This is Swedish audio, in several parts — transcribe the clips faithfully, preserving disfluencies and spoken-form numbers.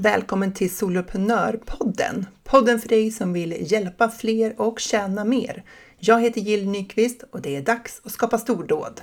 Välkommen till Soloprenörpodden. Podden för dig som vill hjälpa fler och tjäna mer. Jag heter Jill Nyqvist och det är dags att skapa stordåd.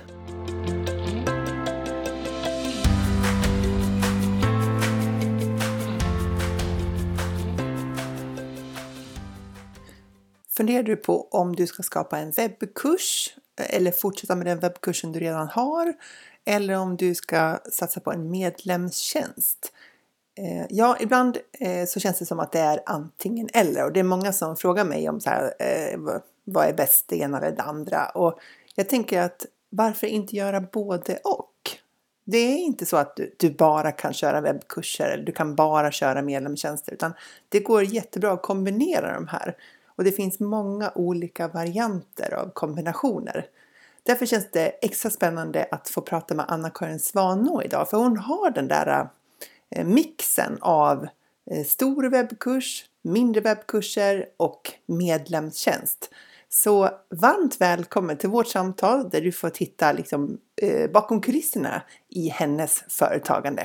Funderar du på om du ska skapa en webbkurs eller fortsätta med den webbkursen du redan har, eller om du ska satsa på en medlemstjänst? Ja, ibland så känns det som att det är antingen eller, och det är många som frågar mig om så här, vad är bäst, det ena eller det andra, och jag tänker att varför inte göra både och? Det är inte så att du, du bara kan köra webbkurser eller du kan bara köra medlemstjänster, utan det går jättebra att kombinera de här. Och det finns många olika varianter av kombinationer. Därför känns det extra spännande att få prata med Anna-Karin Svanå idag. För hon har den där mixen av stor webbkurs, mindre webbkurser och medlemstjänst. Så varmt välkommen till vårt samtal där du får titta liksom, eh, bakom kulisserna i hennes företagande.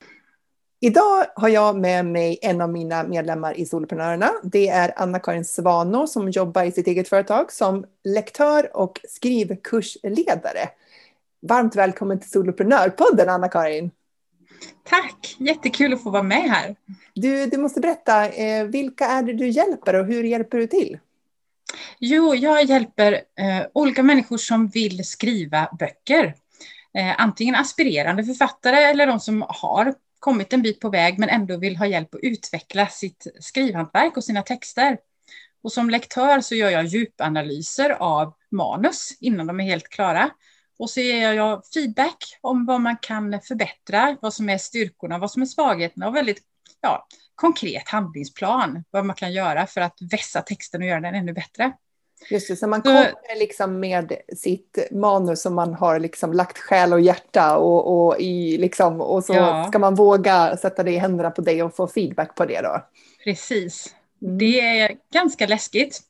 Idag har jag med mig en av mina medlemmar i Soloprenörerna. Det är Anna-Karin Svanå som jobbar i sitt eget företag som lektör och skrivkursledare. Varmt välkommen till Soloprenörpodden, Anna-Karin. Tack, jättekul att få vara med här. Du, du måste berätta, eh, vilka är det du hjälper och hur hjälper du till? Jo, jag hjälper eh, olika människor som vill skriva böcker. Eh, antingen aspirerande författare eller de som har kommit en bit på väg men ändå vill ha hjälp att utveckla sitt skrivhantverk och sina texter. Och som lektör så gör jag djupanalyser av manus innan de är helt klara. Och så ger jag feedback om vad man kan förbättra, vad som är styrkorna, vad som är svagheterna och väldigt ja, konkret handlingsplan. Vad man kan göra för att vässa texten och göra den ännu bättre. Just det, så man kommer liksom med sitt manus som man har liksom lagt själ och hjärta och, och, i liksom, och så ja. Ska man våga sätta det i händerna på dig och få feedback på det då. Precis, mm. Det är ganska läskigt.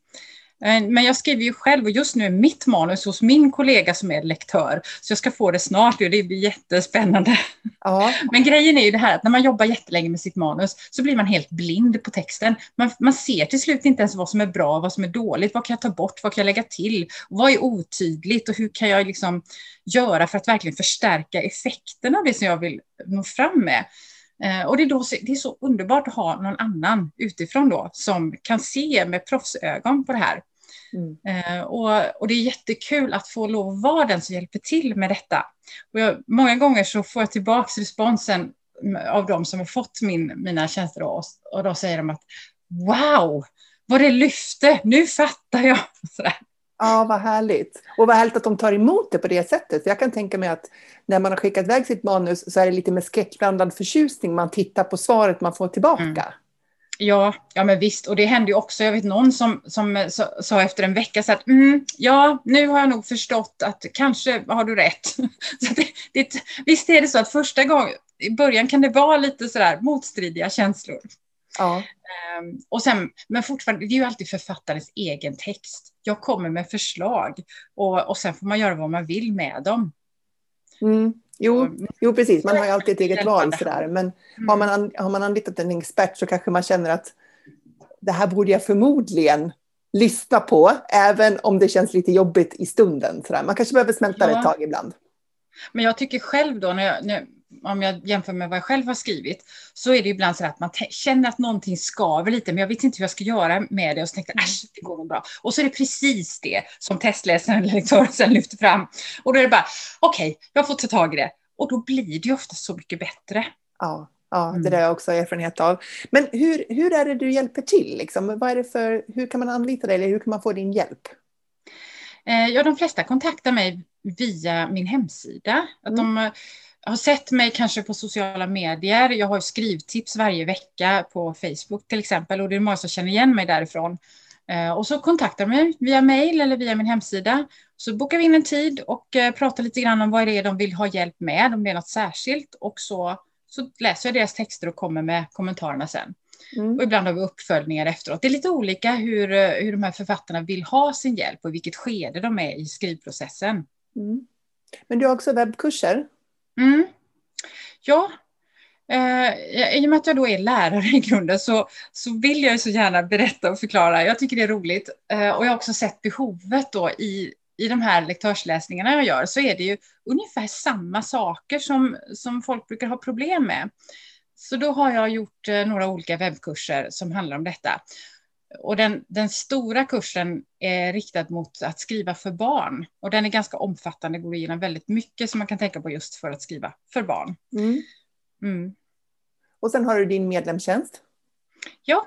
Men jag skriver ju själv och just nu är mitt manus hos min kollega som är lektör. Så jag ska få det snart och det blir jättespännande. Ja. Men grejen är ju det här att när man jobbar jättelänge med sitt manus så blir man helt blind på texten. Man, man ser till slut inte ens vad som är bra, vad som är dåligt. Vad kan jag ta bort, vad kan jag lägga till? Vad är otydligt och hur kan jag liksom göra för att verkligen förstärka effekten av det som jag vill nå fram med. Och det är, då, det är så underbart att ha någon annan utifrån då som kan se med proffsögon på det här. Mm. Och, och det är jättekul att få lov att vara den som hjälper till med detta. Och jag, många gånger så får jag tillbaka responsen av de som har fått min, mina tjänster då, och då säger de att wow, vad det lyfte, nu fattar jag. Sådär. Ja, vad härligt. Och vad härligt att de tar emot det på det sättet. För jag kan tänka mig att när man har skickat iväg sitt manus så är det lite med skräckblandad förtjusning. Man tittar på svaret man får tillbaka. Mm. Ja, ja, men visst. Och det hände ju också. Jag vet någon som, som sa efter en vecka så att mm, ja, nu har jag nog förstått att kanske har du rätt. Så det, det, visst är det så att första gången, i början kan det vara lite sådär motstridiga känslor. Ja. Um, och sen, men fortfarande, det är ju alltid författarens egen text. Jag kommer med förslag och, och sen får man göra vad man vill med dem. Mm. Jo, jo, precis. Man har ju alltid ett eget val sådär. Men mm. har, man, har man anlitat en expert så kanske man känner att det här borde jag förmodligen lyssna på, även om det känns lite jobbigt i stunden. Sådär. Man kanske behöver smälta ja. det ett tag ibland. Men jag tycker själv då, när jag, när, om jag jämför med vad jag själv har skrivit, så är det ibland så att man t- känner att någonting skaver lite, men jag vet inte hur jag ska göra med det. Och så tänkte jag, äsch, det går nog bra. Och så är det precis det som testläsaren eller lektören sen lyfter fram. Och då är det bara, okej, okay, jag får ta tag i det. Och då blir det ju ofta så mycket bättre. Ja, ja det mm. där har jag också erfarenhet av. Men hur, hur är det du hjälper till? Liksom? Vad är det för, hur kan man anlita dig eller hur kan man få din hjälp? Eh, ja, de flesta kontaktar mig via min hemsida. Att mm. de har sett mig kanske på sociala medier. Jag har skrivtips varje vecka på Facebook till exempel. Och det är många som känner igen mig därifrån. Eh, och så kontaktar de mig via mail eller via min hemsida. Så bokar vi in en tid och eh, pratar lite grann om vad det är de vill ha hjälp med. Om det är något särskilt. Och så, så läser jag deras texter och kommer med kommentarerna sen. Mm. Och ibland har vi uppföljningar efteråt. Det är lite olika hur, hur de här författarna vill ha sin hjälp och vilket skede de är i skrivprocessen. Mm. Men du har också webbkurser? Mm. Ja, Eh, I och med att jag då är lärare i grunden så, så vill jag så gärna berätta och förklara. Jag tycker det är roligt. Eh, och jag har också sett behovet då i, i de här lektörsläsningarna jag gör. Så är det ju ungefär samma saker som, som folk brukar ha problem med. Så då har jag gjort eh, några olika webbkurser som handlar om detta. Och den, den stora kursen är riktad mot att skriva för barn. Och den är ganska omfattande, går igenom väldigt mycket som man kan tänka på just för att skriva för barn. Mm. Mm. Och sen har du din medlemstjänst. Ja,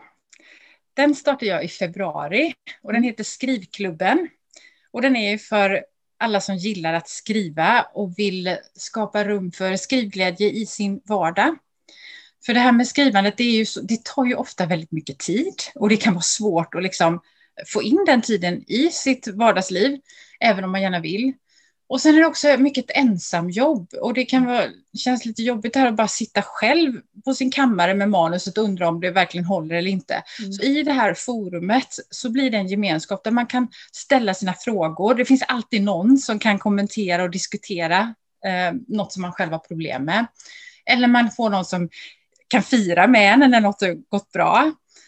den startade jag i februari och den heter Skrivklubben. Och den är för alla som gillar att skriva och vill skapa rum för skrivglädje i sin vardag. För det här med skrivandet, det, är ju så, det tar ju ofta väldigt mycket tid och det kan vara svårt att liksom få in den tiden i sitt vardagsliv, även om man gärna vill. Och sen är det också mycket ett ensamjobb och det kan vara, känns lite jobbigt här att bara sitta själv på sin kammare med manuset och undra om det verkligen håller eller inte. Mm. Så i det här forumet så blir det en gemenskap där man kan ställa sina frågor. Det finns alltid någon som kan kommentera och diskutera eh, något som man själv har problem med. Eller man får någon som kan fira med en när något har gått bra.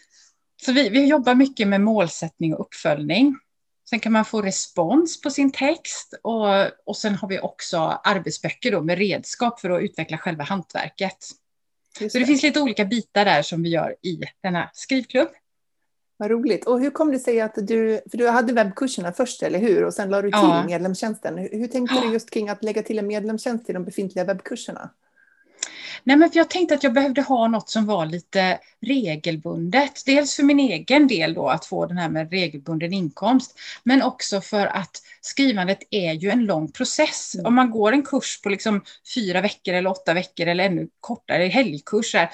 Så vi, vi jobbar mycket med målsättning och uppföljning. Sen kan man få respons på sin text och, och sen har vi också arbetsböcker då med redskap för att utveckla själva hantverket. Det. Så det finns lite olika bitar där som vi gör i denna skrivklubb. Vad roligt. Och hur kom det sig att du, för du hade webbkurserna först, eller hur? Och sen la du till ja. medlemstjänsten. Hur, hur tänkte ja. du just kring att lägga till en medlemstjänst till de befintliga webbkurserna? Nej, men jag tänkte att jag behövde ha något som var lite regelbundet. Dels för min egen del då att få den här med regelbunden inkomst. Men också för att skrivandet är ju en lång process. Mm. Om man går en kurs på liksom fyra veckor eller åtta veckor eller ännu kortare helgkurser.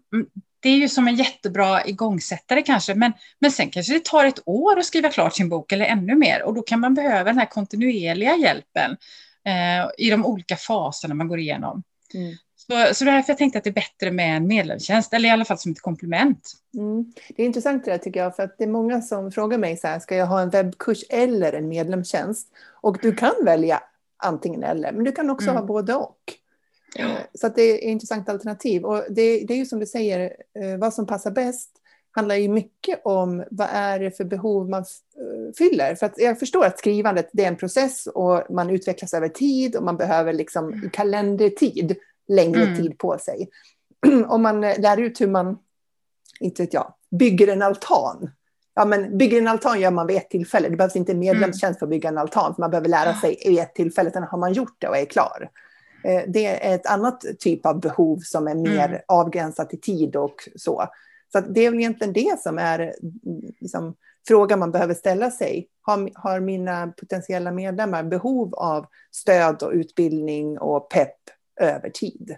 Det är ju som en jättebra igångsättare kanske. Men, men sen kanske det tar ett år att skriva klart sin bok eller ännu mer. Och då kan man behöva den här kontinuerliga hjälpen eh, i de olika faserna man går igenom. Mm. Så, så därför jag tänkte att det är bättre med en medlemstjänst, eller i alla fall som ett komplement. Mm. Det är intressant det där tycker jag, för att det är många som frågar mig så här, ska jag ha en webbkurs eller en medlemstjänst? Och du kan välja antingen eller, men du kan också mm. ha både och. Ja. Så att det är ett intressant alternativ. Och det, det är ju som du säger, vad som passar bäst handlar ju mycket om vad är det för behov man fyller. För att jag förstår att skrivandet det är en process och man utvecklas över tid och man behöver liksom kalendertid. Längre mm. tid på sig. Om man lär ut hur man, inte vet jag, bygger en altan. Ja, men bygger en altan gör man vid ett tillfälle. Det behövs inte en medlemstjänst för att bygga en altan. För man behöver lära sig vid ett tillfälle. Sen har man gjort det och är klar. Det är ett annat typ av behov som är mer mm. avgränsat i tid och så. Så att det är väl egentligen det som är liksom, frågan man behöver ställa sig. Har, har mina potentiella medlemmar behov av stöd och utbildning och pepp över tid?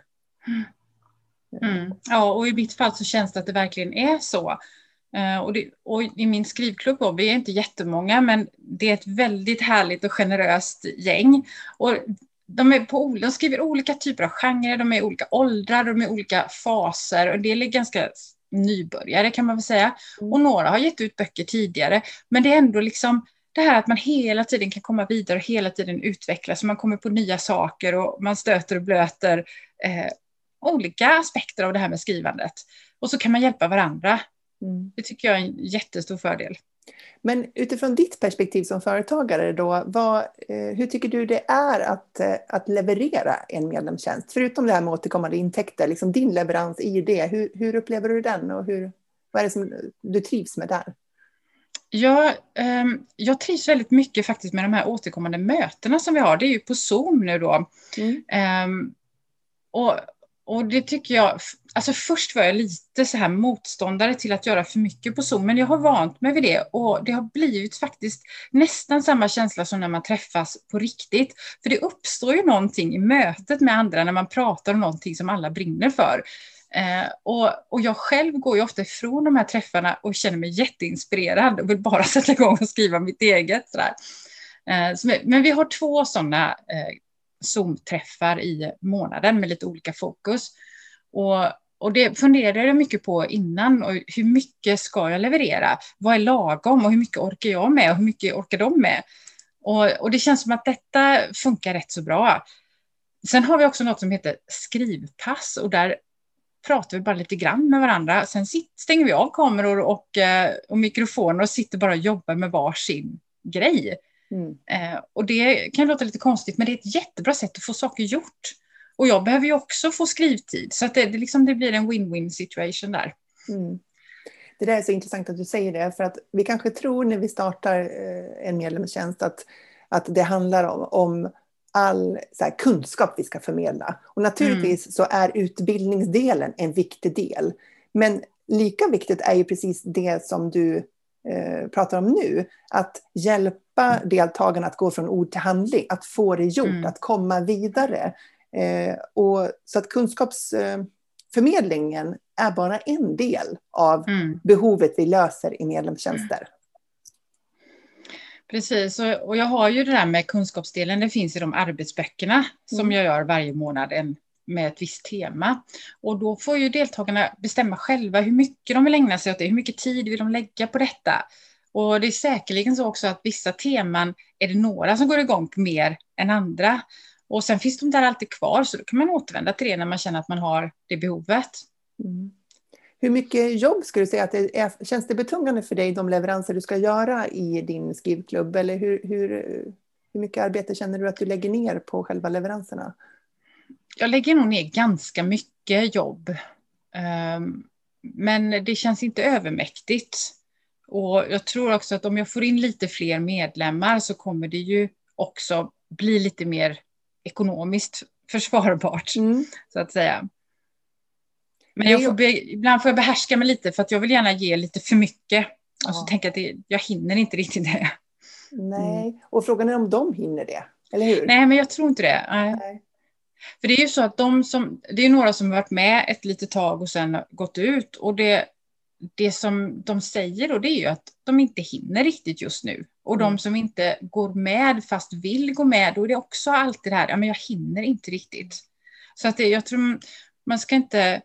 Mm. Ja, och i mitt fall så känns det att det verkligen är så. Uh, och, det, och i min skrivklubb då, vi är inte jättemånga, men det är ett väldigt härligt och generöst gäng. Och de, är på, de skriver olika typer av genrer, de är i olika åldrar, de är i olika faser. Och det är ganska nybörjare kan man väl säga. Mm. Och några har gett ut böcker tidigare, men det är ändå liksom det här att man hela tiden kan komma vidare och hela tiden utvecklas. Så man kommer på nya saker och man stöter och blöter eh, olika aspekter av det här med skrivandet. Och så kan man hjälpa varandra. Mm. Det tycker jag är en jättestor fördel. Men utifrån ditt perspektiv som företagare då, vad, eh, hur tycker du det är att, eh, att leverera en medlemstjänst? Förutom det här med återkommande intäkter, liksom din leverans i det. Hur, hur upplever du den och hur, vad är det som du trivs med där? Jag, eh, jag trivs väldigt mycket faktiskt med de här återkommande mötena som vi har. Det är ju på Zoom nu då. Mm. Eh, och, och det tycker jag, alltså först var jag lite så här motståndare till att göra för mycket på Zoom. Men jag har vant mig vid det och det har blivit faktiskt nästan samma känsla som när man träffas på riktigt. För det uppstår ju någonting i mötet med andra när man pratar om någonting som alla brinner för. Eh, och, och jag själv går ju ofta ifrån de här träffarna och känner mig jätteinspirerad och vill bara sätta igång och skriva mitt eget. Sådär. Eh, så, men vi har två sådana eh, Zoom-träffar i månaden med lite olika fokus. Och, och det funderar jag mycket på innan. Och hur mycket ska jag leverera? Vad är lagom och hur mycket orkar jag med och hur mycket orkar de med? Och, och det känns som att detta funkar rätt så bra. Sen har vi också något som heter skrivpass och där pratar vi bara lite grann med varandra. Sen stänger vi av kameror och, och mikrofoner och sitter bara och jobbar med varsin grej. Mm. Eh, och det kan låta lite konstigt, men det är ett jättebra sätt att få saker gjort. Och jag behöver ju också få skrivtid. Så att det, det, liksom, det blir en win-win situation där. Mm. Det där är så intressant att du säger det. För att vi kanske tror när vi startar en medlemstjänst att, att det handlar om, om all så här, kunskap vi ska förmedla. Och naturligtvis mm. så är utbildningsdelen en viktig del. Men lika viktigt är ju precis det som du eh, pratar om nu. Att hjälpa mm. deltagarna att gå från ord till handling. Att få det gjort, mm. att komma vidare. Eh, och så att kunskapsförmedlingen är bara en del av mm. behovet vi löser i medlemstjänster. Precis, och jag har ju det där med kunskapsdelen, det finns i de arbetsböckerna mm. som jag gör varje månad en, med ett visst tema. Och då får ju deltagarna bestämma själva hur mycket de vill ägna sig åt det, hur mycket tid vill de lägga på detta. Och det är säkerligen så också att vissa teman är det några som går igång på mer än andra. Och sen finns de där alltid kvar, så då kan man återvända till det när man känner att man har det behovet. Mm. Hur mycket jobb ska du säga att det är, känns det betungande för dig, de leveranser du ska göra i din skrivklubb? Eller hur, hur, hur mycket arbete känner du att du lägger ner på själva leveranserna? Jag lägger nog ner ganska mycket jobb. Um, men det känns inte övermäktigt. Och jag tror också att om jag får in lite fler medlemmar så kommer det ju också bli lite mer ekonomiskt försvarbart, mm. så att säga. Men jag får be, ibland får jag behärska mig lite för att jag vill gärna ge lite för mycket. Ja. Och så tänker jag att det, jag hinner inte riktigt det. Nej, mm. och frågan är om de hinner det, eller hur? Nej, men jag tror inte det. Nej. Nej. För det är ju så att de som, det är några som har varit med ett litet tag och sen gått ut. Och det, det som de säger då, det är ju att de inte hinner riktigt just nu. Och mm. de som inte går med fast vill gå med, då är det också alltid det här, ja men jag hinner inte riktigt. Så att det, jag tror man ska inte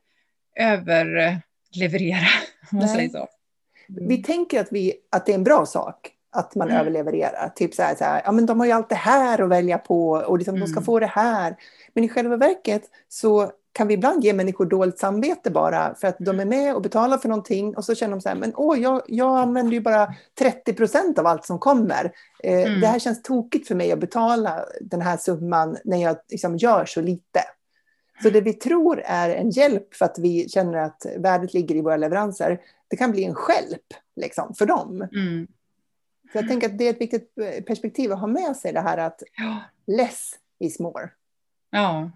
överleverera, om man säger så. Mm. Vi tänker att, vi, att det är en bra sak att man mm. överlevererar. Typ så här, så här, ja men de har ju allt det här att välja på och liksom mm. de ska få det här. Men i själva verket så kan vi ibland ge människor dåligt samvete bara för att de är med och betalar för någonting och så känner de så här, men åh, jag, jag använder ju bara trettio procent av allt som kommer. Eh, mm. Det här känns tokigt för mig att betala den här summan när jag liksom gör så lite. Så det vi tror är en hjälp för att vi känner att värdet ligger i våra leveranser, det kan bli en hjälp liksom, för dem. Mm. Så jag tänker att det är ett viktigt perspektiv att ha med sig det här att ja. less is more. Ja.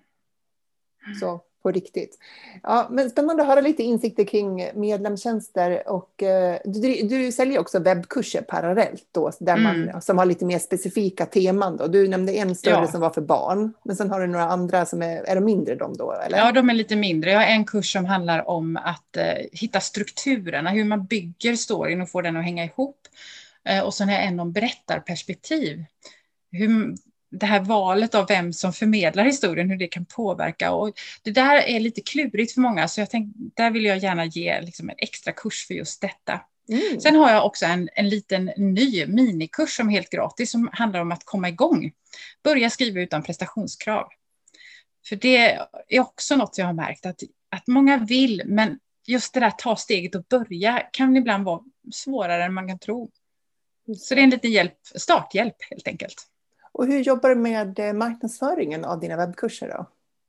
Så på riktigt. Ja, men spännande att höra lite insikter kring medlemstjänster och eh, du, du säljer också webbkurser parallellt då, där man, mm. som har lite mer specifika teman då. Du nämnde en större ja. som var för barn, men sen har du några andra som är, är de mindre de då, eller? Ja, de är lite mindre. Jag har en kurs som handlar om att eh, hitta strukturerna, hur man bygger storyn och får den att hänga ihop. Eh, och sen har jag en om berättarperspektiv. Hur det här valet av vem som förmedlar historien, hur det kan påverka. Och det där är lite klurigt för många, så jag tänkte, där vill jag gärna ge liksom en extra kurs för just detta. Mm. Sen har jag också en, en liten ny minikurs som är helt gratis, som handlar om att komma igång. Börja skriva utan prestationskrav. För det är också något jag har märkt, att, att många vill, men just det där ta steget och börja kan ibland vara svårare än man kan tro. Så det är en liten hjälp, starthjälp helt enkelt. Och hur jobbar du med marknadsföringen av dina webbkurser då?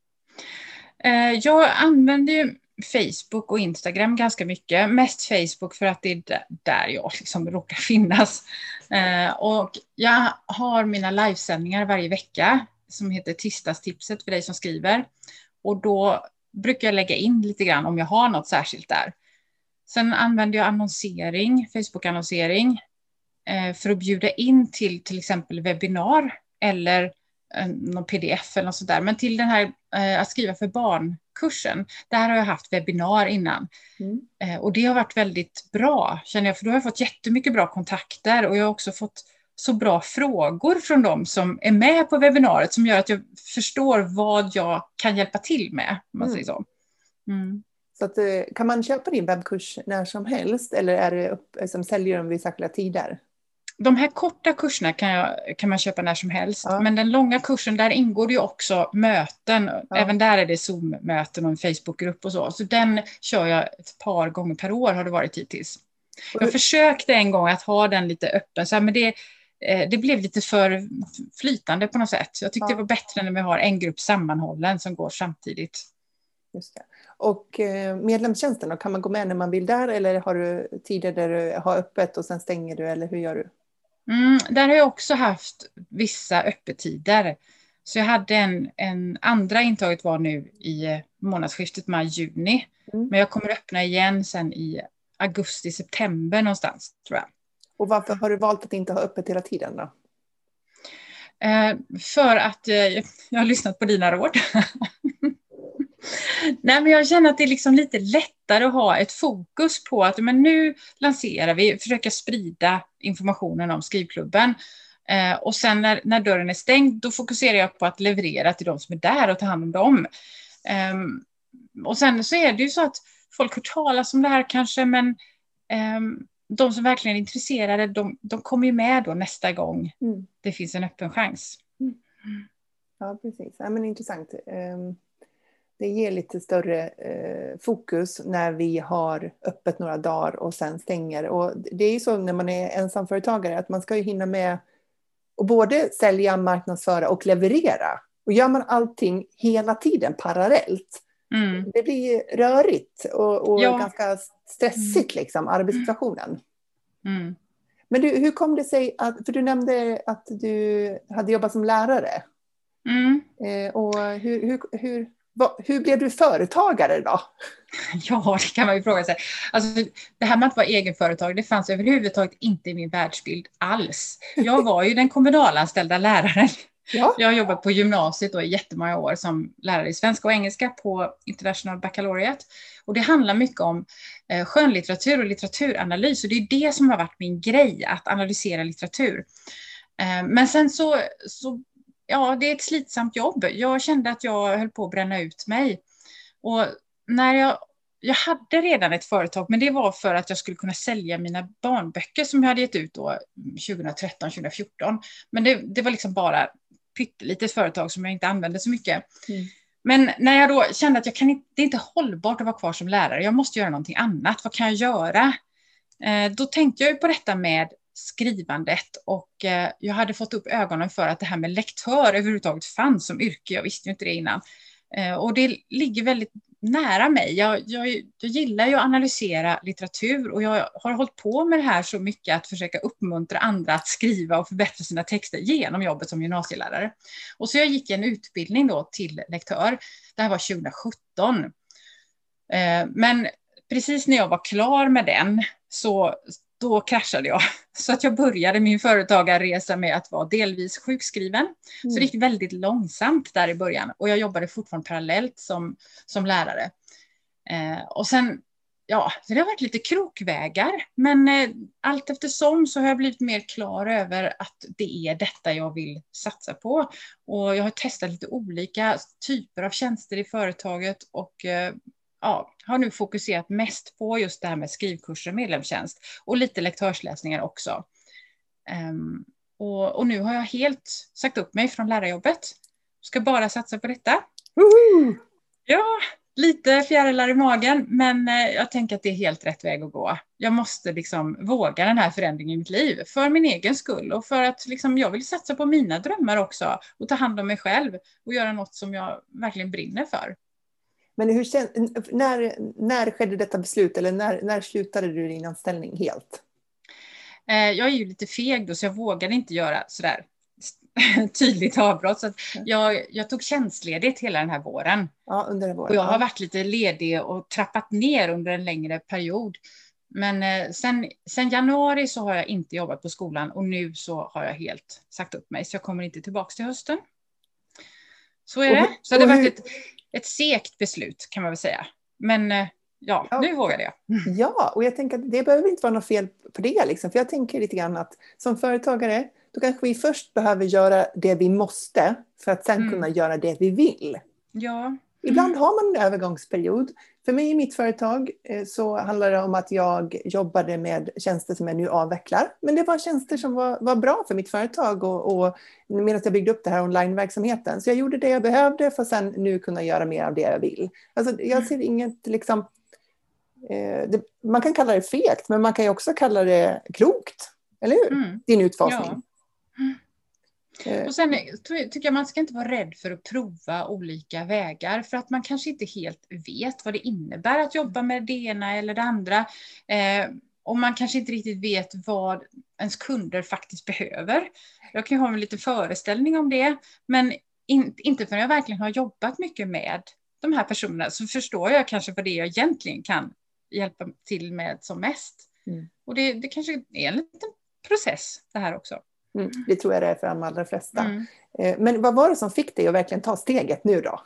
Jag använder ju Facebook och Instagram ganska mycket. Mest Facebook för att det är där jag liksom råkar finnas. Och jag har mina livesändningar varje vecka som heter Tisdagstipset för dig som skriver. Och då brukar jag lägga in lite grann om jag har något särskilt där. Sen använder jag annonsering, Facebook-annonsering. För att bjuda in till till exempel webbinar eller någon pdf eller något sådär. Men till den här att skriva för barnkursen, där har jag haft webbinar innan. Mm. Och det har varit väldigt bra, känner jag, för då har jag fått jättemycket bra kontakter och jag har också fått så bra frågor från dem som är med på webbinariet som gör att jag förstår vad jag kan hjälpa till med, om man mm. säger så. Mm. Så att, kan man köpa din webbkurs när som helst eller är det upp, som säljer dem vid särskilda tider? De här korta kurserna kan, jag, kan man köpa när som helst. Ja. Men den långa kursen, där ingår det ju också möten. Ja. Även där är det Zoom-möten och en Facebookgrupp och så. Så den kör jag ett par gånger per år har det varit hittills. Och jag försökte en gång att ha den lite öppen. Så här, men det, det blev lite för flytande på något sätt. Jag tyckte ja. det var bättre när vi har en grupp sammanhållen som går samtidigt. Just det. Och medlemstjänsten då, kan man gå med när man vill där, eller har du tider där du har öppet och sen stänger du, eller hur gör du? Mm, där har jag också haft vissa öppettider. Så jag hade en, en andra intaget var nu i månadsskiftet maj-juni. Mm. Men jag kommer öppna igen sen i augusti-september någonstans, tror jag. Och varför har du valt att inte ha öppet hela tiden då? Eh, för att eh, jag har lyssnat på dina råd. Nej, men jag känner att det är liksom lite lättare att ha ett fokus på att men nu lanserar vi, försöker sprida informationen om skrivklubben. Eh, och sen när, när dörren är stängd, då fokuserar jag på att leverera till de som är där och ta hand om dem. Eh, och sen så är det ju så att folk hör talas om det här kanske, men eh, de som verkligen är intresserade, de, de kommer ju med då nästa gång mm. det finns en öppen chans. Mm. Ja, precis. Ja, men intressant. Um... Det ger lite större eh, fokus när vi har öppet några dagar och sen stänger. Och det är ju så när man är ensamföretagare att man ska ju hinna med att både sälja, marknadsföra och leverera. Och gör man allting hela tiden parallellt, mm. det blir rörigt och, och ja. ganska stressigt liksom, arbetssituationen. Mm. Men du, hur kom det sig att, för du nämnde att du hade jobbat som lärare. Mm. Eh, och hur... hur, hur Hur blev du företagare då? Ja, det kan man ju fråga sig. Alltså, det här med att vara egenföretagare, det fanns överhuvudtaget inte i min världsbild alls. Jag var ju den kommunalanställda läraren. Ja. Jag har jobbat på gymnasiet då i jättemånga år som lärare i svenska och engelska på International Baccalaureate. Och det handlar mycket om eh, skönlitteratur och litteraturanalys. Och det är det som har varit min grej, att analysera litteratur. Eh, men sen så... så Ja, det är ett slitsamt jobb. Jag kände att jag höll på att bränna ut mig. Och när jag, jag hade redan ett företag, men det var för att jag skulle kunna sälja mina barnböcker som jag hade gett ut då tjugohundratretton tjugohundrafjorton. Men det, det var liksom bara pyttelitet företag som jag inte använde så mycket. Mm. Men när jag då kände att jag kan inte, det är inte hållbart att vara kvar som lärare. Jag måste göra någonting annat. Vad kan jag göra? Eh, då tänkte jag ju på detta med skrivandet, och eh, jag hade fått upp ögonen för att det här med lektör överhuvudtaget fanns som yrke. Jag visste ju inte det innan. Eh, och det ligger väldigt nära mig. Jag, jag, jag gillar ju att analysera litteratur, och jag har hållit på med det här så mycket att försöka uppmuntra andra att skriva och förbättra sina texter genom jobbet som gymnasielärare. Och så jag gick en utbildning då till lektör. Det här var tjugohundrasjutton. Eh, men precis när jag var klar med den så då kraschade jag. Så att jag började min företagarresa med att vara delvis sjukskriven. Mm. Så det gick väldigt långsamt där i början. Och jag jobbade fortfarande parallellt som, som lärare. Eh, och sen, ja, det har varit lite krokvägar. Men eh, allt eftersom så har jag blivit mer klar över att det är detta jag vill satsa på. Och jag har testat lite olika typer av tjänster i företaget. Och eh, ja, har nu fokuserat mest på just det här med skrivkurser och medlemstjänst. Och lite lektörsläsningar också. Um, och, och nu har jag helt sagt upp mig från lärarjobbet. Ska bara satsa på detta. Woho! Ja, lite fjärilar i magen. Men eh, jag tänker att det är helt rätt väg att gå. Jag måste liksom våga den här förändringen i mitt liv. För min egen skull. Och för att liksom, jag vill satsa på mina drömmar också. Och ta hand om mig själv. Och göra något som jag verkligen brinner för. Men hur, när, när skedde detta beslut, eller när, när slutade du din anställning helt? Jag är ju lite feg då, så jag vågade inte göra sådär tydligt avbrott. Så att jag, jag tog tjänstledigt hela den här våren. Ja, under våren. Och jag har varit lite ledig och trappat ner under en längre period. Men sen, sen januari så har jag inte jobbat på skolan, och nu så har jag helt sagt upp mig. Så jag kommer inte tillbaka till hösten. Så är det. Så det har varit ett... Ett segt beslut kan man väl säga. Men ja, ja, nu vågar jag. Ja, och jag tänker att det behöver inte vara något fel på det. Liksom. För jag tänker lite grann att som företagare, då kanske vi först behöver göra det vi måste för att sen mm. kunna göra det vi vill. Ja. ibland har man en övergångsperiod. För mig i mitt företag så handlar det om att jag jobbade med tjänster som jag nu avvecklar. Men det var tjänster som var, var bra för mitt företag och, och medan jag byggde upp det här online-verksamheten. Så jag gjorde det jag behövde för att sen nu kunna göra mer av det jag vill. Alltså jag ser inget liksom... Eh, det, man kan kalla det fegt, men man kan ju också kalla det klokt. Eller hur? Mm. Din utfasning. Ja. Och sen tycker jag man ska inte vara rädd för att prova olika vägar, för att man kanske inte helt vet vad det innebär att jobba med det ena eller det andra. Eh, och man kanske inte riktigt vet vad ens kunder faktiskt behöver. Jag kan ju ha en liten föreställning om det, men in, inte förrän jag verkligen har jobbat mycket med de här personerna så förstår jag kanske vad det är jag egentligen kan hjälpa till med som mest. Mm. Och det, det kanske är en liten process det här också. Mm, det tror jag det är för de allra flesta. Mm. Men vad var det som fick dig att verkligen ta steget nu då?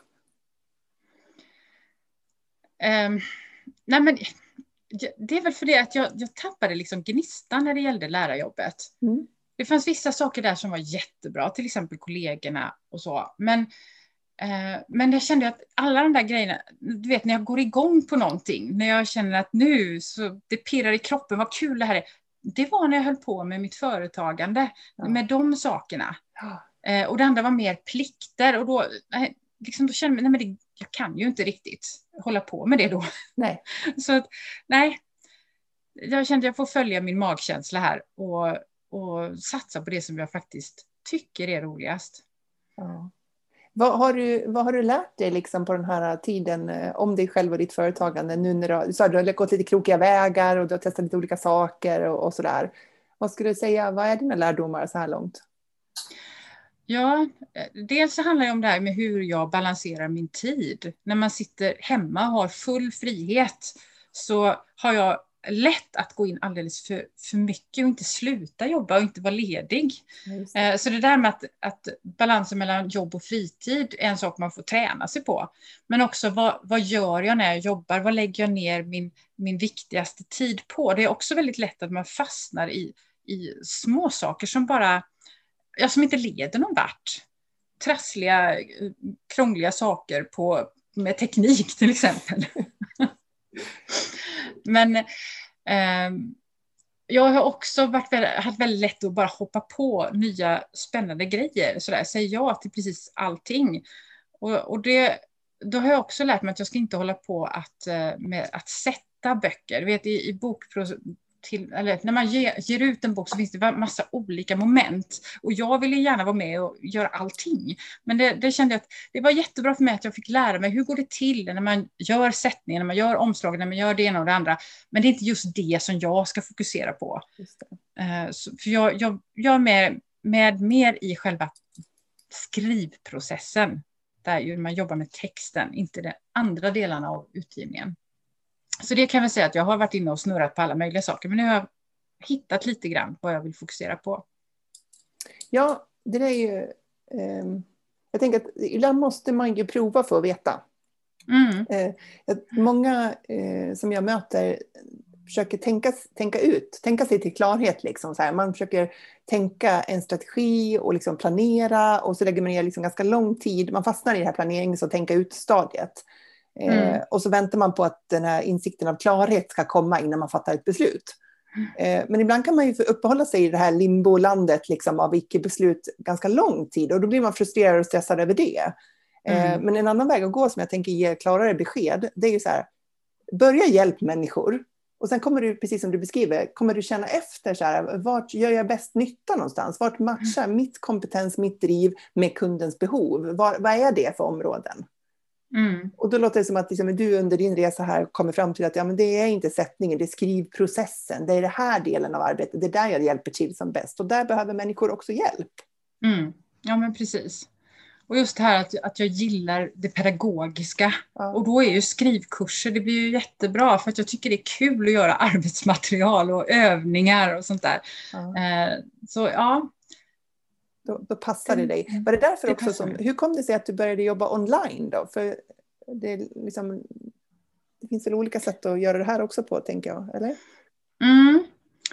Um, nej men, det är väl för det att jag, jag tappade liksom gnistan när det gällde lärarjobbet. Mm. Det fanns vissa saker där som var jättebra, till exempel kollegorna och så. Men, uh, men jag kände att alla de där grejerna, du vet när jag går igång på någonting, när jag känner att nu så det pirrar i kroppen, vad kul det här är. Det var när jag höll på med mitt företagande, ja. Med de sakerna. Ja. Eh, och det andra var mer plikter. Och då, eh, liksom, då kände jag, nej, men det, jag kan ju inte riktigt hålla på med det då. Nej. Så att, nej. Jag kände att jag får följa min magkänsla här. Och, och satsa på det som jag faktiskt tycker är roligast. Ja. Vad har du, vad har du lärt dig liksom på den här tiden om dig själv och ditt företagande? Nu när du, du, sa, du har gått lite krokiga vägar och du har testat lite olika saker och, och sådär. Vad skulle du säga, vad är dina lärdomar så här långt? Ja, dels så handlar det om det här med hur jag balanserar min tid. När man sitter hemma och har full frihet så har jag lätt att gå in alldeles för, för mycket och inte sluta jobba och inte vara ledig. Det. Så det där med att, att balansen mellan jobb och fritid är en sak man får träna sig på. Men också vad, vad gör jag när jag jobbar? Vad lägger jag ner min, min viktigaste tid på? Det är också väldigt lätt att man fastnar i, i små saker som bara ja, som inte leder någon vart. Trassliga, krångliga saker på, med teknik till exempel. Men eh, jag har också varit väldigt, haft väldigt lätt att bara hoppa på nya spännande grejer. Sådär, säga ja till precis allting. Och, och det, då har jag också lärt mig att jag ska inte hålla på att, med att sätta böcker. Du vet, i, i bokpros, till, eller när man ger, ger ut en bok så finns det massa olika moment. Och jag ville gärna vara med och göra allting. Men det, det kände jag att det var jättebra för mig att jag fick lära mig hur går det till när man gör sättningen, när man gör omslagen, när man gör det ena och det andra. Men det är inte just det som jag ska fokusera på. Just det. Uh, så, för jag, jag, jag är med, med mer i själva skrivprocessen. Där ju man jobbar med texten, inte de andra delarna av utgivningen. Så det kan jag säga att jag har varit inne och snurrat på alla möjliga saker. Men nu har jag hittat lite grann vad jag vill fokusera på. Ja, det är ju... Eh, jag tänker att ibland måste man ju prova för att veta. Mm. Eh, många eh, som jag möter försöker tänka, tänka ut. Tänka sig till klarhet. Liksom, så här. Man försöker tänka en strategi och liksom planera. Och så lägger man ner liksom ganska lång tid. Man fastnar i det här planerings- och tänka ut-stadiet. Mm. Eh, och så väntar man på att den här insikten av klarhet ska komma innan man fattar ett beslut. Mm. Eh, men ibland kan man ju uppehålla sig i det här limbolandet liksom, av icke-beslut ganska lång tid. Och då blir man frustrerad och stressad över det. Eh, mm. Men en annan väg att gå som jag tänker ge klarare besked. Det är ju så här. Börja hjälpa människor. Och sen kommer du, precis som du beskriver, kommer du känna efter så här, vart gör jag bäst nytta någonstans? Vart matchar mm. mitt kompetens, mitt driv med kundens behov? Var, vad är det för områden? Mm. Och då låter det som att liksom, du under din resa här kommer fram till att ja, men det är inte sättningen, det är skrivprocessen. Det är det här delen av arbetet, det är där jag hjälper till som bäst. Och där behöver människor också hjälp. Mm. Ja, men precis. Och just det här att, att jag gillar det pedagogiska. Ja. Och då är ju skrivkurser, det blir ju jättebra. För att jag tycker det är kul att göra arbetsmaterial och övningar och sånt där. Ja. Eh, så ja... Då, då passar det dig. Var det därför det också som, hur kom det sig att du började jobba online då? För det, liksom, det finns väl olika sätt att göra det här också på, tänker jag, eller? Mm.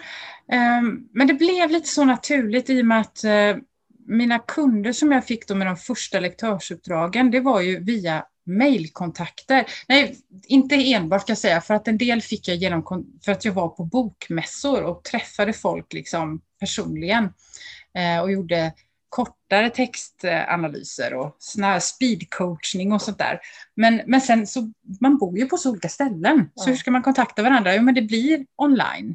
Um, men det blev lite så naturligt i och med att uh, mina kunder som jag fick då med de första lektörsuppdragen, det var ju via mejlkontakter. Nej, inte enbart ska jag säga, för att en del fick jag genom, för att jag var på bokmässor och träffade folk liksom personligen eh, och gjorde kortare textanalyser och sån här speedcoachning och sånt där. Men, men sen så, man bor ju på så olika ställen. Så Ja. hur ska man kontakta varandra? Jo, men det blir online.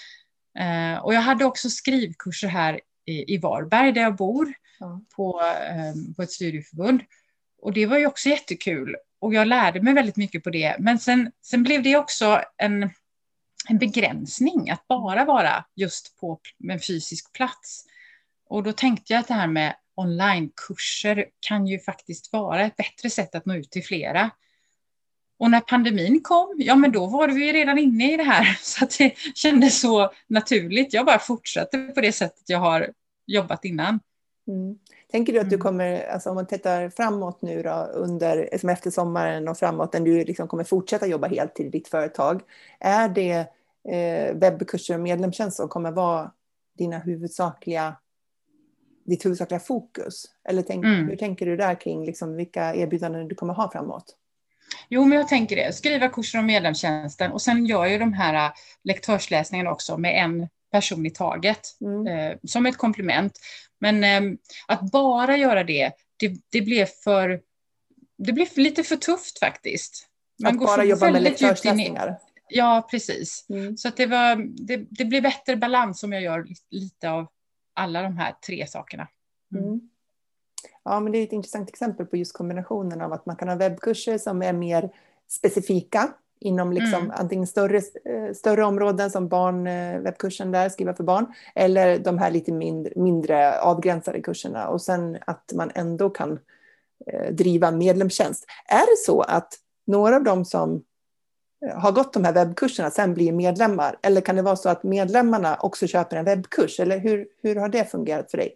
Eh, och jag hade också skrivkurser här i, i Varberg där jag bor. Ja. På, eh, på ett studieförbund. Och det var ju också jättekul. Och jag lärde mig väldigt mycket på det. Men sen, sen blev det också en, en begränsning att bara vara just på en fysisk plats. Och då tänkte jag att det här med onlinekurser kan ju faktiskt vara ett bättre sätt att nå ut till flera. Och när pandemin kom, ja men då var vi ju redan inne i det här. Så att det kändes så naturligt. Jag bara fortsatte på det sättet jag har jobbat innan. Mm. Tänker du att du Mm. kommer, alltså om man tittar framåt nu då, under, som efter sommaren och framåt, när du liksom kommer fortsätta jobba heltid i ditt företag, är det eh, webbkurser och medlemstjänst som kommer vara dina huvudsakliga, ditt huvudsakliga fokus? Eller tänk, Mm. hur tänker du där kring liksom, vilka erbjudanden du kommer ha framåt? Jo, men jag tänker det. Skriva kurser om medlemstjänsten och sen gör jag de här lektörsläsningarna också med en person i taget Mm. eh, som ett komplement. Men eh, att bara göra det, det, det blev för det blev lite för tufft faktiskt. Man att går bara jobba med lektörsläsningar? Ja, precis. Mm. Så att det, var, det, det blir bättre balans om jag gör lite av alla de här tre sakerna. Mm. Mm. Ja, men det är ett intressant exempel på just kombinationen av att man kan ha webbkurser som är mer specifika inom liksom mm. antingen större, större områden som barn, webbkursen där, skriva för barn, eller de här lite mindre, mindre avgränsade kurserna. Och sen att man ändå kan eh, driva medlemstjänst. Är det så att några av dem som har gått de här webbkurserna sen blir medlemmar? Eller kan det vara så att medlemmarna också köper en webbkurs? Eller hur, hur har det fungerat för dig?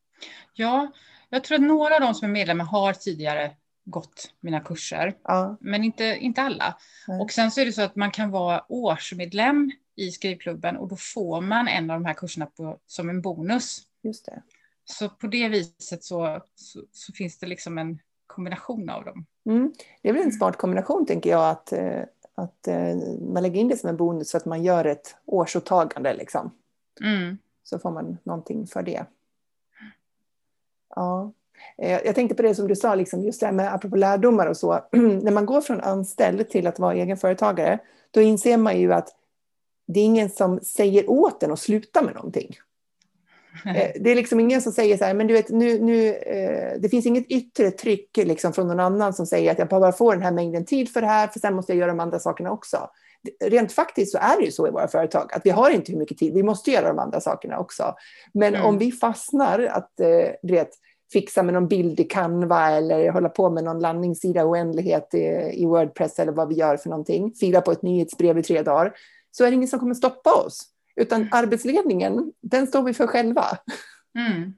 Ja, jag tror att några av de som är medlemmar har tidigare gått mina kurser, ja. men inte, inte alla. Nej. Och sen så är det så att man kan vara årsmedlem i skrivklubben och då får man en av de här kurserna på, som en bonus. Just det. Så på det viset så, så, så finns det liksom en kombination av dem. Mm. Det är väl en smart kombination, tänker jag, att, att man lägger in det som en bonus så att man gör ett årsåtagande liksom. Mm. Så får man någonting för det. Ja. Jag tänkte på det som du sa, liksom, just det här med apropå lärdomar och så. När man går från anställd till att vara egenföretagare, då inser man ju att det är ingen som säger åt en att sluta med någonting. Det är liksom ingen som säger så här, men du vet, nu, nu, det finns inget yttre tryck liksom från någon annan som säger att jag bara får den här mängden tid för det här, för sen måste jag göra de andra sakerna också. Rent faktiskt så är det ju så i våra företag att vi har inte hur mycket tid, vi måste göra de andra sakerna också. Men mm. om vi fastnar att, du vet, fixa med någon bild i Canva eller hålla på med någon landningssida oändlighet i, i WordPress eller vad vi gör för någonting, fila på ett nyhetsbrev i tre dagar, så är det ingen som kommer stoppa oss. Utan arbetsledningen, den står vi för själva. Mm.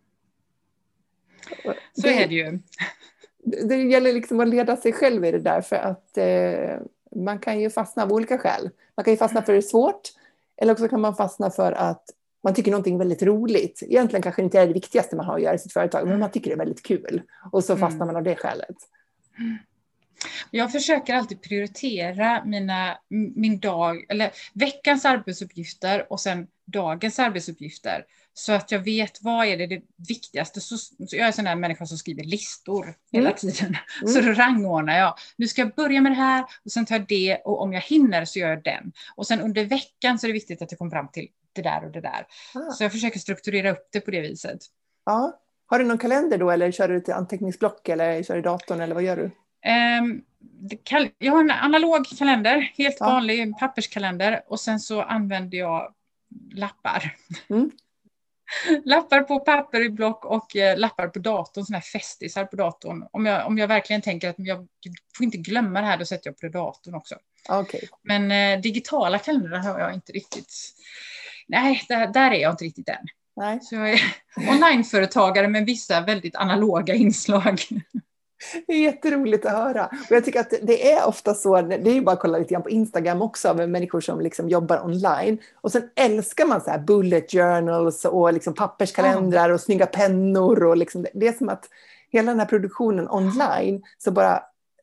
Så det, är det ju. Det gäller liksom att leda sig själv i det där, för att eh, man kan ju fastna av olika skäl. Man kan ju fastna för det är svårt, eller också kan man fastna för att man tycker någonting väldigt roligt. Egentligen kanske det inte är det viktigaste man har att göra i sitt företag, men man tycker det är väldigt kul. Och så fastnar man av det skälet. Jag försöker alltid prioritera mina, min dag, eller veckans arbetsuppgifter och sen dagens arbetsuppgifter. Så att jag vet vad är det, det viktigaste. Så, så jag är en sån där människa som skriver listor hela mm. tiden. Mm. Så då rangordnar jag. Nu ska jag börja med det här och sen tar jag det. Och om jag hinner så gör jag den. Och sen under veckan så är det viktigt att jag kommer fram till det där och det där. Ah. Så jag försöker strukturera upp det på det viset. Ja. Har du någon kalender då, eller kör du till anteckningsblock eller kör du datorn, eller vad gör du? Um, kal- jag har en analog kalender, helt ja. vanlig papperskalender, och sen så använder jag lappar. Mm. Lappar på papper i block och eh, lappar på datorn, såna här festisar på datorn. Om jag, om jag verkligen tänker att jag får inte glömma det här, då sätter jag på datorn också. Okay. Men eh, digitala kalendrar har jag inte riktigt. Nej, där, där är jag inte riktigt än. Nej. Så jag är onlineföretagare med vissa väldigt analoga inslag. Det är jätteroligt att höra. Och jag tycker att det är ofta så, det är ju bara att kolla lite grann på Instagram också, med människor som liksom jobbar online. Och sen älskar man så här bullet journals och liksom papperskalendrar och snygga pennor. Och liksom, det är som att hela den här produktionen online så bara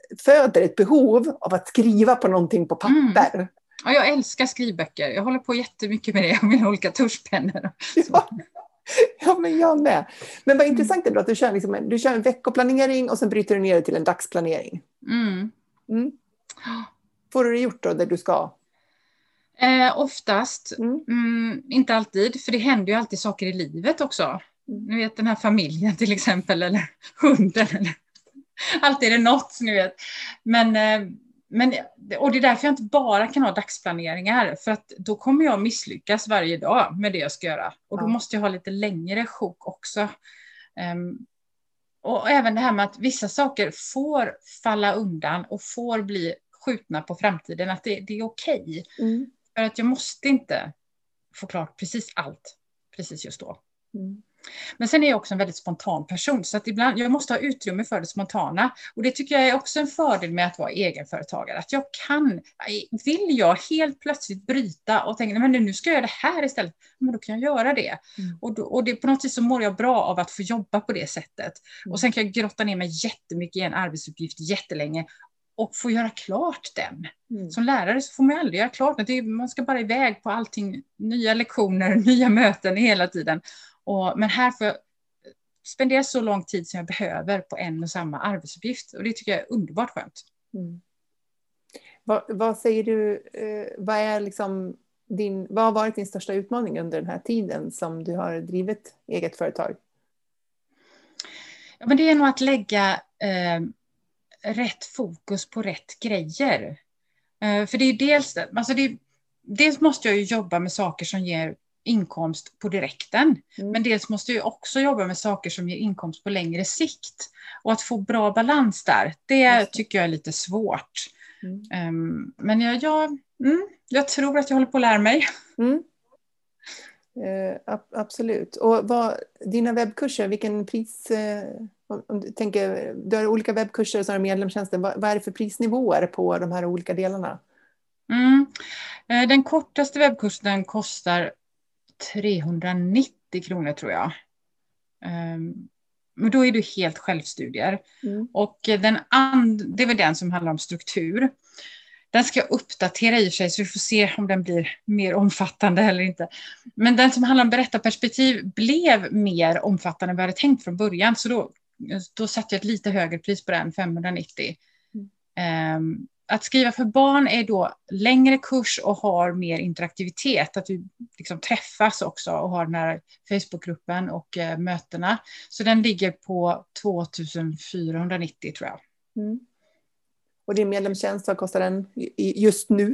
föder ett behov av att skriva på någonting på papper. Mm. Ja, jag älskar skrivböcker. Jag håller på jättemycket med det. Jag med olika tuschpennor. Ja. Ja, men jag med. Men vad intressant är då att du kör, liksom en, du kör en veckoplanering och sen bryter du ner det till en dagsplanering. Mm. Mm. Får du det gjort då där du ska? Eh, oftast. Mm. Mm, inte alltid. För det händer ju alltid saker i livet också. Ni vet den här familjen till exempel. Eller hunden. Eller alltid är det något, ni vet. Men... Eh, Men, och det är därför jag inte bara kan ha dagsplaneringar. För att då kommer jag misslyckas varje dag med det jag ska göra. Och då Ja. måste jag ha lite längre sjok också. Um, och även det här med att vissa saker får falla undan och får bli skjutna på framtiden. Att det, det är okej. Mm. För att jag måste inte få klart precis allt precis just då. Mm. Men sen är jag också en väldigt spontan person. Så att ibland, jag måste ha utrymme för det spontana. Och det tycker jag är också en fördel med att vara egenföretagare. Att jag kan, vill jag helt plötsligt bryta och tänka, men nu ska jag göra det här istället. Men då kan jag göra det. Mm. Och, då, och det, på något sätt så mår jag bra av att få jobba på det sättet. Mm. Och sen kan jag grotta ner mig jättemycket i en arbetsuppgift jättelänge. Och få göra klart den. Mm. Som lärare så får man aldrig göra klart den. Det är, man ska bara iväg på allting. Nya lektioner, nya möten hela tiden. Och, men här får jag spendera så lång tid som jag behöver på en och samma arbetsuppgift. Och det tycker jag är underbart skönt. Mm. Vad, vad säger du, eh, vad, är liksom din, vad har varit din största utmaning under den här tiden som du har drivit eget företag? Ja, men det är nog att lägga eh, rätt fokus på rätt grejer. Eh, för det är dels, alltså det, dels måste jag ju jobba med saker som ger inkomst på direkten. Mm. Men dels måste jag också jobba med saker som ger inkomst på längre sikt. Och att få bra balans där, det mm. tycker jag är lite svårt. Mm. Um, men jag, jag, mm, jag tror att jag håller på att lära mig. Mm. Eh, absolut. Och vad, dina webbkurser, vilken pris... Eh, om du tänker, du har olika webbkurser som är medlemstjänster. Vad, vad är det för prisnivåer på de här olika delarna? Mm. Eh, den kortaste webbkursen kostar trehundranittio kronor tror jag. Um, men då är det helt självstudier. Mm. Och den and- det är väl den som handlar om struktur. Den ska jag uppdatera i sig så vi får se om den blir mer omfattande eller inte. Men den som handlar om berättarperspektiv blev mer omfattande än vad jag hade tänkt från början. Så då, då satte jag ett lite högre pris på den, femhundranittio. Mm. Um, Att skriva för barn är då längre kurs och har mer interaktivitet. Att vi liksom träffas också och har den här Facebookgruppen och eh, mötena. Så den ligger på tvåtusenfyrahundranittio tror jag. Mm. Och din medlemstjänst, vad kostar den just nu?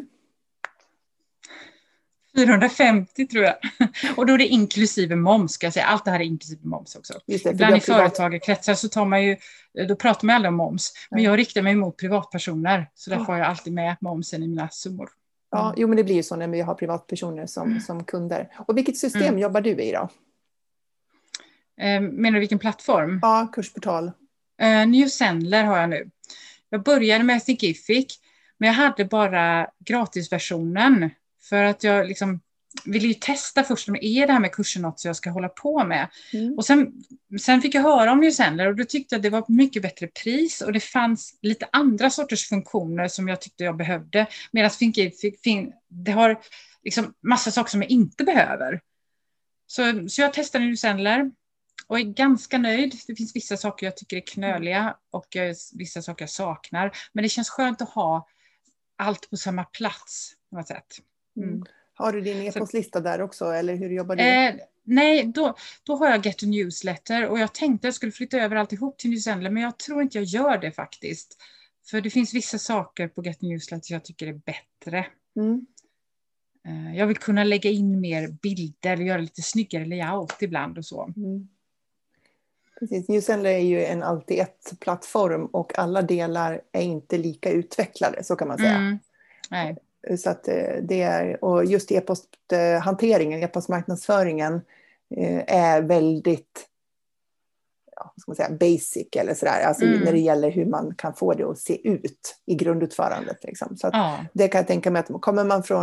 fyrahundrafemtio tror jag. Och då är det inklusive moms, ska jag säga. Allt det här är inklusive moms också. Just det, ibland i företagarkretsar så tar man ju, då pratar man aldrig om moms. Men jag riktar mig mot privatpersoner. Så därför har jag alltid med momsen i mina summor. Mm. Ja, jo men det blir ju så när vi har privatpersoner som, mm. som kunder. Och vilket system mm. jobbar du i då? Eh, menar du vilken plattform? Ja, kursportal. Eh, New Sendler har jag nu. Jag började med Thinkific. Men jag hade bara gratisversionen. För att jag liksom ville ju testa först om är det här med kursen något som jag ska hålla på med. Mm. Och sen, sen fick jag höra om New Sendler och då tyckte jag att det var mycket bättre pris. Och det fanns lite andra sorters funktioner som jag tyckte jag behövde. Medan Thinkific, det har liksom massa saker som jag inte behöver. Så, så jag testade New Sendler och är ganska nöjd. Det finns vissa saker jag tycker är knöliga och vissa saker jag saknar. Men det känns skönt att ha allt på samma plats på något sätt. Mm. Har du din e-postlista där också eller hur jobbar du? Eh, nej, då, då har jag Get a Newsletter och jag tänkte att jag skulle flytta över alltihop till New Sendler men jag tror inte jag gör det faktiskt. För det finns vissa saker på Get a Newsletter jag tycker är bättre. Mm. Eh, jag vill kunna lägga in mer bilder och göra lite snyggare layout ibland och så. Mm. Precis, New Sendler är ju en alltid ett plattform och alla delar är inte lika utvecklade, så kan man säga. Mm. Nej. Så att det är, och just e-posthanteringen, e-postmarknadsföringen är väldigt, ja, vad ska man säga, basic eller sådär. Alltså mm. när det gäller hur man kan få det att se ut i grundutförandet. Liksom. Så att ja. Det kan jag tänka mig att kommer man från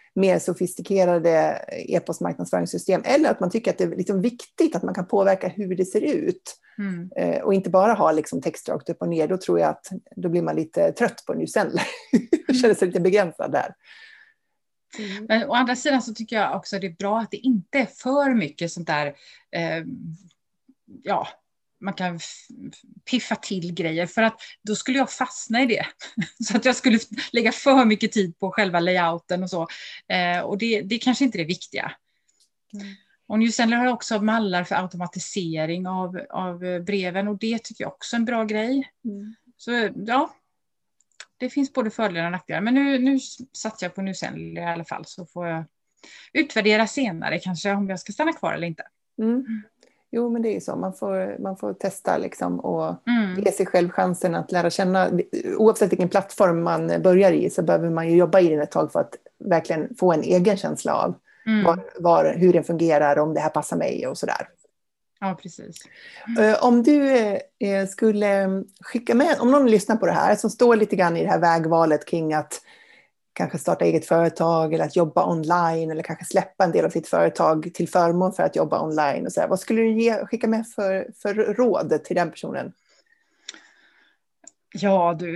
mer sofistikerade e-postmarknadsföringssystem, eller att man tycker att det är liksom viktigt att man kan påverka hur det ser ut. Mm. Eh, och inte bara ha liksom text rakt upp och ner. Då tror jag att då blir man lite trött på newsendler. Känner sig lite begränsad där. Mm. Men å andra sidan så tycker jag också att det är bra att det inte är för mycket sånt där, eh, ja, man kan f- piffa till grejer, för att då skulle jag fastna i det. Så att jag skulle lägga för mycket tid på själva layouten och så. Eh, och det, det är kanske inte det viktiga. Mm. Och Newsendler har också mallar för automatisering av, av breven, och det tycker jag också är en bra grej. Mm. Så ja, det finns både fördelar och nackdelar. Men nu, nu satsar jag på Newsendler i alla fall, så får jag utvärdera senare kanske om jag ska stanna kvar eller inte. Mm. Jo, men det är ju så. Man får, man får testa liksom och mm. ge sig själv chansen att lära känna. Oavsett vilken plattform man börjar i så behöver man ju jobba i den ett tag för att verkligen få en egen känsla av mm. var, var, hur den fungerar, om det här passar mig och sådär. Ja, precis. Mm. Om du eh, skulle skicka med, om någon lyssnar på det här som står lite grann i det här vägvalet kring att kanske starta eget företag eller att jobba online eller kanske släppa en del av sitt företag till förmån för att jobba online och så här. Vad skulle du ge, skicka med för, för råd till den personen? Ja du,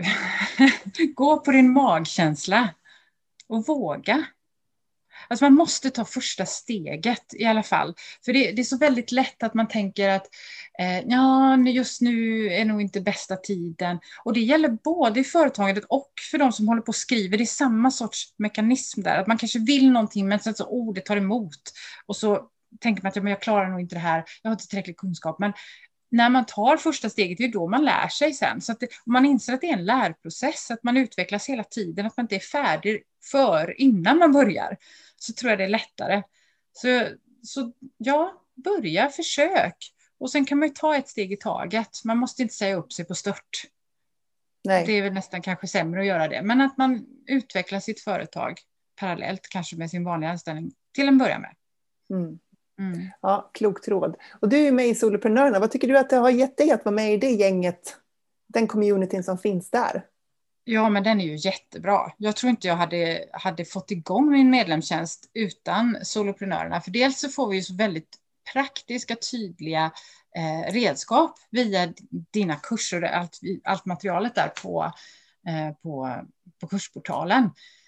gå på din magkänsla och våga. Alltså man måste ta första steget i alla fall. För det, det är så väldigt lätt att man tänker att eh, ja, just nu är nog inte bästa tiden. Och det gäller både i företaget och för de som håller på och skriver. Det är samma sorts mekanism där. Att man kanske vill någonting men sen så, oh, det tar emot. Och så tänker man att ja, men jag klarar nog inte det här. Jag har inte tillräcklig kunskap. Men när man tar första steget, det är då man lär sig sen. Så att det, om man inser att det är en lärprocess, att man utvecklas hela tiden, att man inte är färdig för innan man börjar, så tror jag det är lättare. Så, så ja, börja, försök. Och sen kan man ju ta ett steg i taget. Man måste inte säga upp sig på stört. Nej. Det är väl nästan kanske sämre att göra det. Men att man utvecklar sitt företag parallellt, kanske med sin vanliga anställning, till en början med. Mm. Mm. Ja, klokt råd. Och du är med i Soloprenörerna. Vad tycker du att det har gett dig att vara med i det gänget? Den communityn som finns där? Ja, men den är ju jättebra. Jag tror inte jag hade, hade fått igång min medlemstjänst utan Soloprenörerna. För dels så får vi ju så väldigt praktiska, tydliga eh, redskap via dina kurser och allt, allt materialet där på, eh, på, på kursportalen.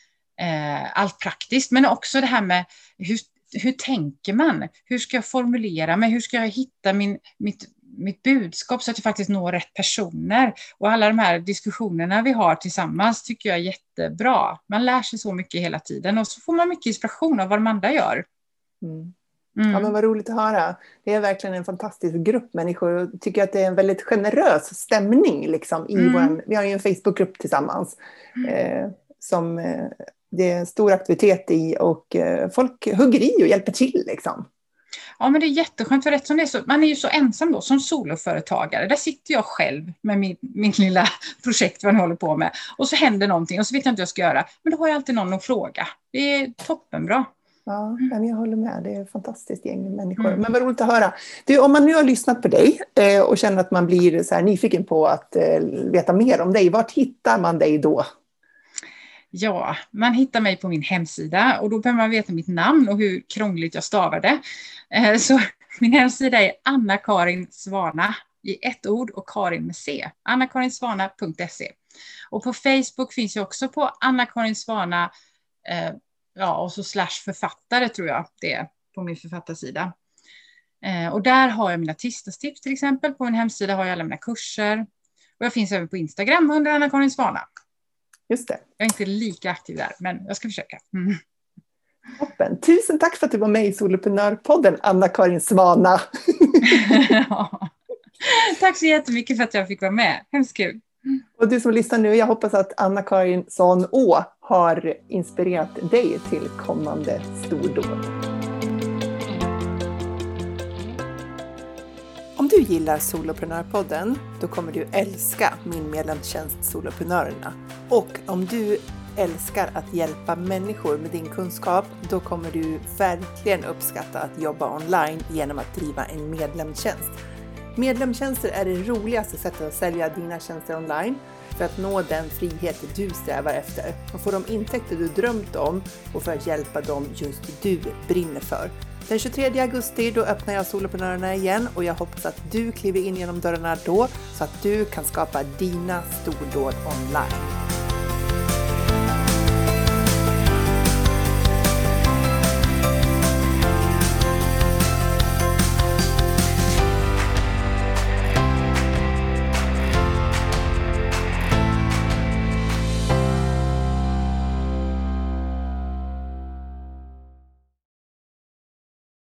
Eh, allt praktiskt, men också det här med hur Hur tänker man? Hur ska jag formulera mig? Hur ska jag hitta min, mitt, mitt budskap så att jag faktiskt når rätt personer? Och alla de här diskussionerna vi har tillsammans tycker jag är jättebra. Man lär sig så mycket hela tiden och så får man mycket inspiration av vad de andra gör. Mm. Mm. Ja, men vad roligt att höra. Det är verkligen en fantastisk grupp människor och tycker att det är en väldigt generös stämning liksom, i mm. våran, vi har ju en Facebookgrupp tillsammans mm. eh, som eh, det är en stor aktivitet i och eh, folk hugger i och hjälper till liksom. Ja, men det är jätteskönt, för rätt som det är så, man är ju så ensam då som soloföretagare. Där sitter jag själv med min, min lilla projekt vad jag håller på med. Och så händer någonting och så vet jag inte vad jag ska göra. Men då har jag alltid någon att fråga. Det är toppenbra. Ja, jag håller med. Det är ett fantastiskt gäng människor. Mm. Men vad roligt att höra. Du, om man nu har lyssnat på dig eh, och känner att man blir så här nyfiken på att eh, veta mer om dig, vart hittar man dig då? Ja, man hittar mig på min hemsida och då behöver man veta mitt namn och hur krångligt jag stavar det. Eh, så min hemsida är Anna-Karin Svana i ett ord och Karin med C. anna karin svana punkt se. Och på Facebook finns jag också på Anna-Karin Svana eh, ja, och så slash författare tror jag det är på min författarsida. Eh, och där har jag mina tisdagstips till exempel. På min hemsida har jag alla mina kurser. Och jag finns även på Instagram under Anna-Karin Svana. Just det. Jag är inte lika aktiv där, men jag ska försöka. Mm. Toppen. Tusen tack för att du var med i Soloprenörpodden, Anna-Karin Svana. Ja. Tack så jättemycket för att jag fick vara med. Hemskt kul. Och du som lyssnar nu, jag hoppas att Anna-Karin Svan-Å har inspirerat dig till kommande stordåd. Om du gillar Soloprenörpodden, då kommer du älska min medlemstjänst Soloprenörerna. Och om du älskar att hjälpa människor med din kunskap, då kommer du verkligen uppskatta att jobba online genom att driva en medlemstjänst. Medlemstjänster är det roligaste sättet att sälja dina tjänster online för att nå den frihet du strävar efter och få de intäkter du drömt om och för att hjälpa dem just du brinner för. Den tjugotredje augusti då öppnar jag Soloprenörerna igen och jag hoppas att du kliver in genom dörrarna då så att du kan skapa dina stordåd online.